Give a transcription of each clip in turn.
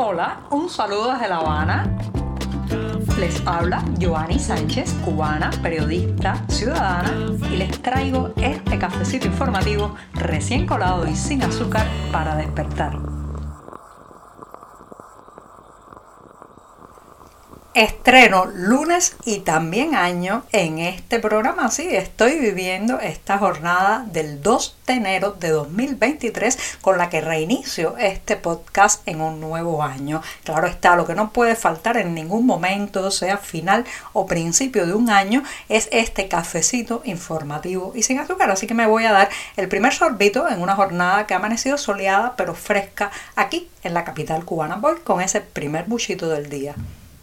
Hola, un saludo desde La Habana. Les habla Joanny Sánchez, cubana, periodista, ciudadana, y les traigo este cafecito informativo recién colado y sin azúcar para despertar. Estreno lunes y también año en este programa. Sí, estoy viviendo esta jornada del 2 de enero de 2023 con la que reinicio este podcast en un nuevo año. Claro está, lo que no puede faltar en ningún momento, sea final o principio de un año, es este cafecito informativo y sin azúcar. Así que me voy a dar el primer sorbito en una jornada que ha amanecido soleada pero fresca aquí en la capital cubana. Voy con ese primer buchito del día.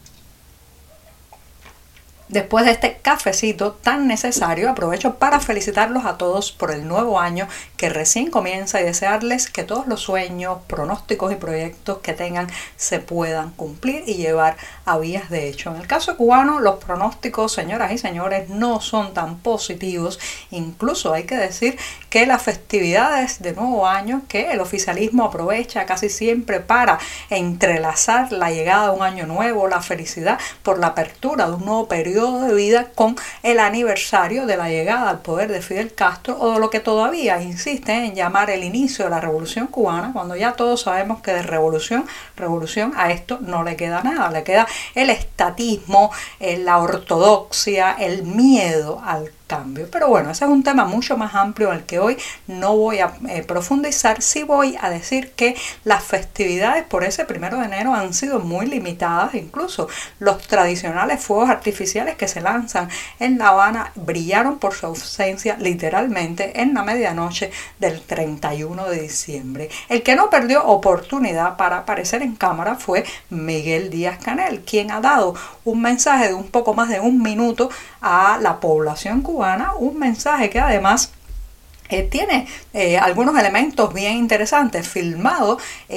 Después de este cafecito tan necesario, aprovecho para felicitarlos a todos por el nuevo año que recién comienza y desearles que todos los sueños, pronósticos y proyectos que tengan se puedan cumplir y llevar a vías de hecho. En el caso cubano, los pronósticos, señoras y señores, no son tan positivos. Incluso hay que decir que las festividades de nuevo año, que el oficialismo aprovecha casi siempre para entrelazar la llegada de un año nuevo, la felicidad por la apertura de un nuevo periodo de vida con el aniversario de la llegada al poder de Fidel Castro, o de lo que todavía insiste en llamar el inicio de la Revolución Cubana, cuando ya todos sabemos que de revolución a esto no le queda nada, le queda el estatismo, la ortodoxia, el miedo al cambio. Pero bueno, ese es un tema mucho más amplio en el que hoy no voy a profundizar. Sí voy a decir que las festividades por ese 1 de enero han sido muy limitadas. Incluso los tradicionales fuegos artificiales que se lanzan en La Habana brillaron por su ausencia literalmente en la medianoche del 31 de diciembre. El que no perdió oportunidad para aparecer en cámara fue Miguel Díaz-Canel, quien ha dado un mensaje de un poco más de un minuto a la población cubana, un mensaje que además tiene algunos elementos bien interesantes, filmado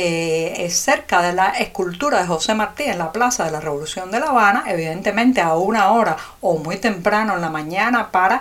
cerca de la escultura de José Martí en la Plaza de la Revolución de La Habana, evidentemente a una hora o muy temprano en la mañana para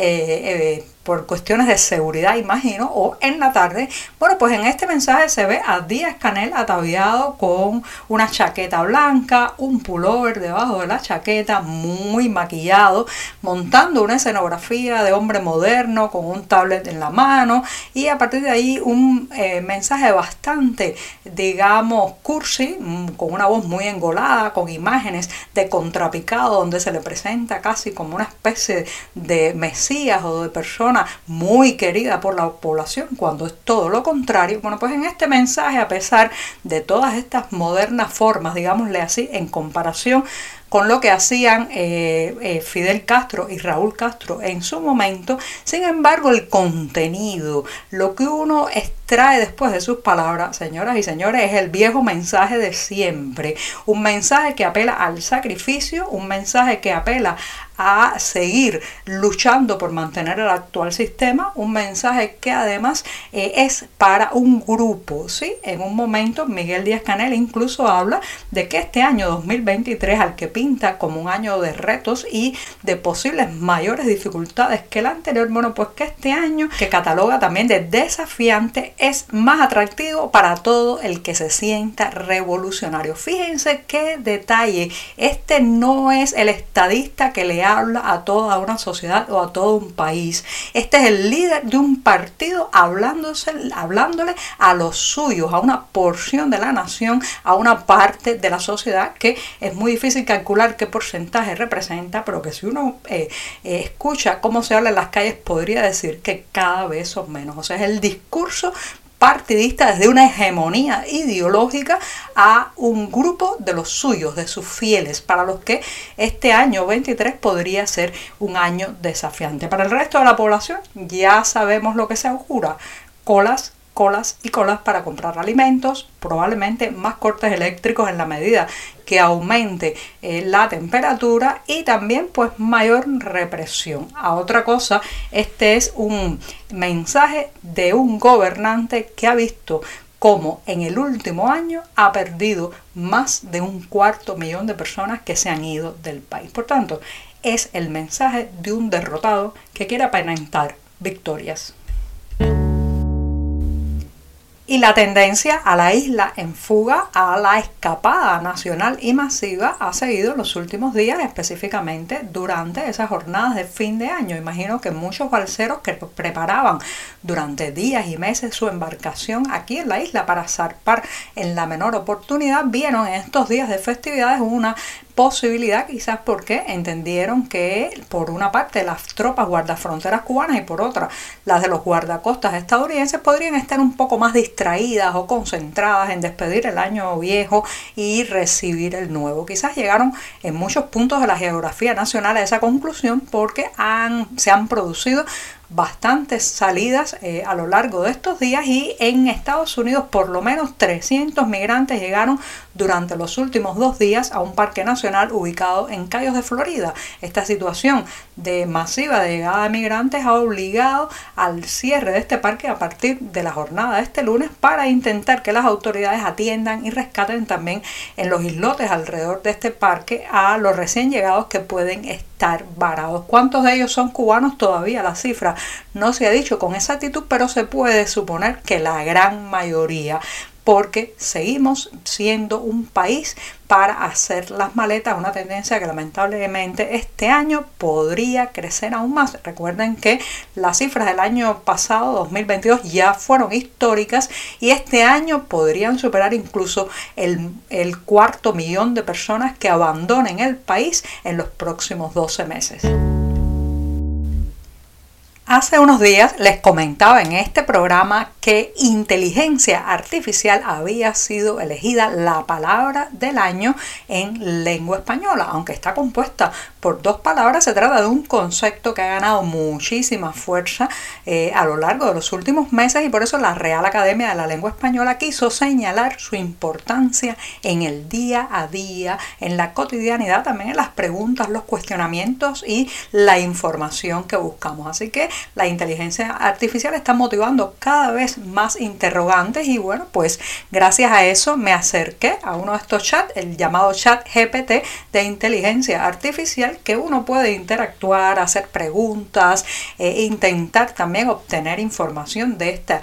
por cuestiones de seguridad, imagino, o en la tarde. Bueno, pues en este mensaje se ve a Díaz-Canel ataviado con una chaqueta blanca, un pullover debajo de la chaqueta, muy maquillado, montando una escenografía de hombre moderno con un tablet en la mano, y a partir de ahí un mensaje bastante, digamos, cursi, con una voz muy engolada, con imágenes de contrapicado donde se le presenta casi como una especie de mesías o de persona muy querida por la población, cuando es todo lo contrario. Bueno, pues en este mensaje, a pesar de todas estas modernas formas, digámosle así, en comparación con lo que hacían Fidel Castro y Raúl Castro en su momento, sin embargo el contenido, lo que uno extrae después de sus palabras, señoras y señores, es el viejo mensaje de siempre, un mensaje que apela al sacrificio, un mensaje que apela a seguir luchando por mantener el actual sistema, un mensaje que además es para un grupo, ¿sí? En un momento Miguel Díaz-Canel incluso habla de que este año 2023, al que pinta como un año de retos y de posibles mayores dificultades que el anterior, bueno, pues que este año, que cataloga también de desafiante, es más atractivo para todo el que se sienta revolucionario. Fíjense qué detalle, este no es el estadista que le habla a toda una sociedad o a todo un país. Este es el líder de un partido hablándole a los suyos, a una porción de la nación, a una parte de la sociedad que es muy difícil calcular qué porcentaje representa, pero que si uno escucha cómo se habla en las calles podría decir que cada vez son menos. O sea, es el discurso partidista desde una hegemonía ideológica a un grupo de los suyos, de sus fieles, para los que este año 23 podría ser un año desafiante. Para el resto de la población ya sabemos lo que se augura: colas y colas para comprar alimentos, probablemente más cortes eléctricos en la medida que aumente la temperatura, y también pues mayor represión. A otra cosa, este es un mensaje de un gobernante que ha visto cómo en el último año ha perdido más de 250.000 de personas que se han ido del país. Por tanto, es el mensaje de un derrotado que quiere aparentar victorias. Y la tendencia a la isla en fuga a la escapada nacional y masiva ha seguido en los últimos días, específicamente durante esas jornadas de fin de año. Imagino que muchos balseros que preparaban durante días y meses su embarcación aquí en la isla para zarpar en la menor oportunidad, vieron en estos días de festividades una posibilidad, quizás porque entendieron que por una parte las tropas guardafronteras cubanas y por otra las de los guardacostas estadounidenses podrían estar un poco más distraídas o concentradas en despedir el año viejo y recibir el nuevo. Quizás llegaron en muchos puntos de la geografía nacional a esa conclusión porque se han producido bastantes salidas a lo largo de estos días, y en Estados Unidos por lo menos 300 migrantes llegaron durante los últimos 2 días a un parque nacional ubicado en Cayos de Florida. Esta situación masiva de llegada de migrantes ha obligado al cierre de este parque a partir de la jornada de este lunes para intentar que las autoridades atiendan y rescaten también en los islotes alrededor de este parque a los recién llegados que pueden estar varados. ¿Cuántos de ellos son cubanos? Todavía la cifra no se ha dicho con exactitud, pero se puede suponer que la gran mayoría, porque seguimos siendo un país para hacer las maletas, una tendencia que lamentablemente este año podría crecer aún más. Recuerden que las cifras del año pasado, 2022, ya fueron históricas y este año podrían superar incluso el 250,000 de personas que abandonen el país en los próximos 12 meses. Hace unos días les comentaba en este programa que inteligencia artificial había sido elegida la palabra del año en lengua española. Aunque está compuesta por 2 palabras, se trata de un concepto que ha ganado muchísima fuerza a lo largo de los últimos meses, y por eso la Real Academia de la Lengua Española quiso señalar su importancia en el día a día, en la cotidianidad, también en las preguntas, los cuestionamientos y la información que buscamos. Así que la inteligencia artificial está motivando cada vez más interrogantes, y bueno, pues gracias a eso me acerqué a uno de estos chats, el llamado chat GPT de inteligencia artificial, que uno puede interactuar, hacer preguntas e intentar también obtener información de esta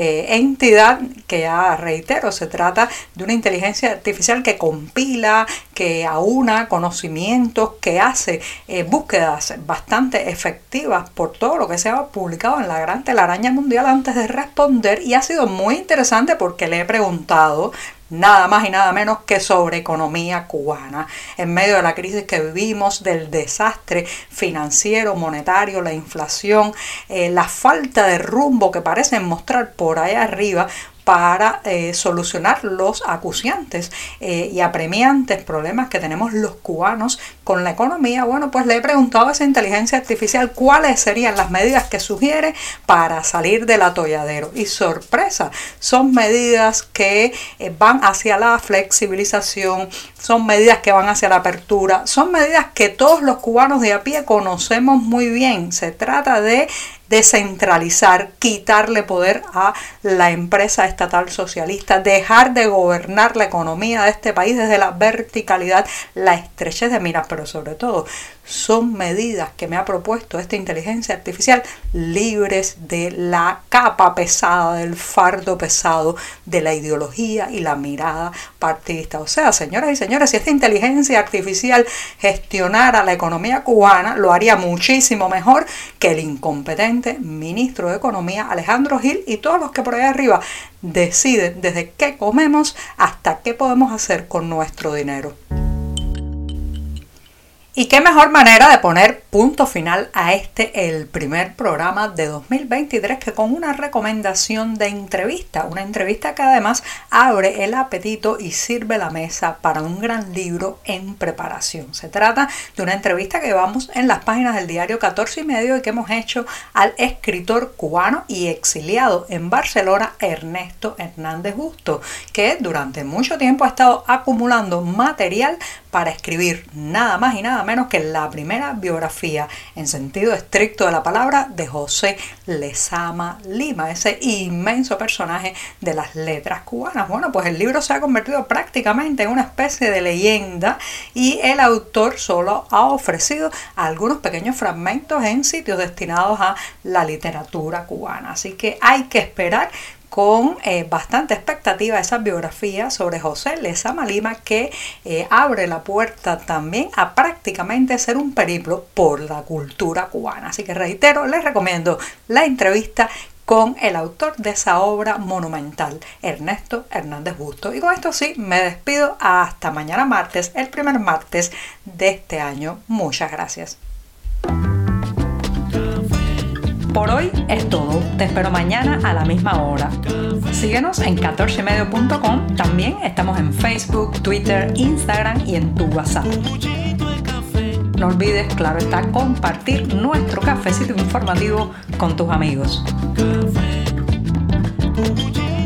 entidad que, ya reitero, se trata de una inteligencia artificial que compila, que aúna conocimientos, que hace búsquedas bastante efectivas por todo lo que se ha publicado en la gran telaraña mundial antes de responder, y ha sido muy interesante porque le he preguntado nada más y nada menos que sobre economía cubana. En medio de la crisis que vivimos, del desastre financiero, monetario, la inflación, la falta de rumbo que parecen mostrar por allá arriba para solucionar los acuciantes y apremiantes problemas que tenemos los cubanos con la economía, bueno, pues le he preguntado a esa inteligencia artificial cuáles serían las medidas que sugiere para salir del atolladero. Y sorpresa, son medidas que van hacia la flexibilización, son medidas que van hacia la apertura, son medidas que todos los cubanos de a pie conocemos muy bien. Se trata de descentralizar, quitarle poder a la empresa estatal socialista, dejar de gobernar la economía de este país desde la verticalidad, la estrechez de miras, pero sobre todo son medidas que me ha propuesto esta inteligencia artificial libres de la capa pesada, del fardo pesado de la ideología y la mirada partidista. O sea, señoras y señores, si esta inteligencia artificial gestionara la economía cubana, lo haría muchísimo mejor que el incompetente ministro de Economía Alejandro Gil y todos los que por ahí arriba deciden desde qué comemos hasta qué podemos hacer con nuestro dinero. Y qué mejor manera de poner punto final a el primer programa de 2023 que con una recomendación de entrevista, una entrevista que además abre el apetito y sirve la mesa para un gran libro en preparación. Se trata de una entrevista que llevamos en las páginas del diario 14 y medio y que hemos hecho al escritor cubano y exiliado en Barcelona, Ernesto Hernández Busto, que durante mucho tiempo ha estado acumulando material para escribir nada más y nada menos que la primera biografía en sentido estricto de la palabra de José Lezama Lima, ese inmenso personaje de las letras cubanas. Bueno, pues el libro se ha convertido prácticamente en una especie de leyenda y el autor solo ha ofrecido algunos pequeños fragmentos en sitios destinados a la literatura cubana. Así que hay que esperar con bastante expectativa esa biografía sobre José Lezama Lima, que abre la puerta también a prácticamente hacer un periplo por la cultura cubana. Así que reitero, les recomiendo la entrevista con el autor de esa obra monumental, Ernesto Hernández Busto. Y con esto sí, me despido hasta mañana martes, el primer martes de este año. Muchas gracias. Por hoy es todo. Te espero mañana a la misma hora. Síguenos en 14ymedio.com. También estamos en Facebook, Twitter, Instagram y en tu WhatsApp. No olvides, claro está, compartir nuestro cafecito informativo con tus amigos.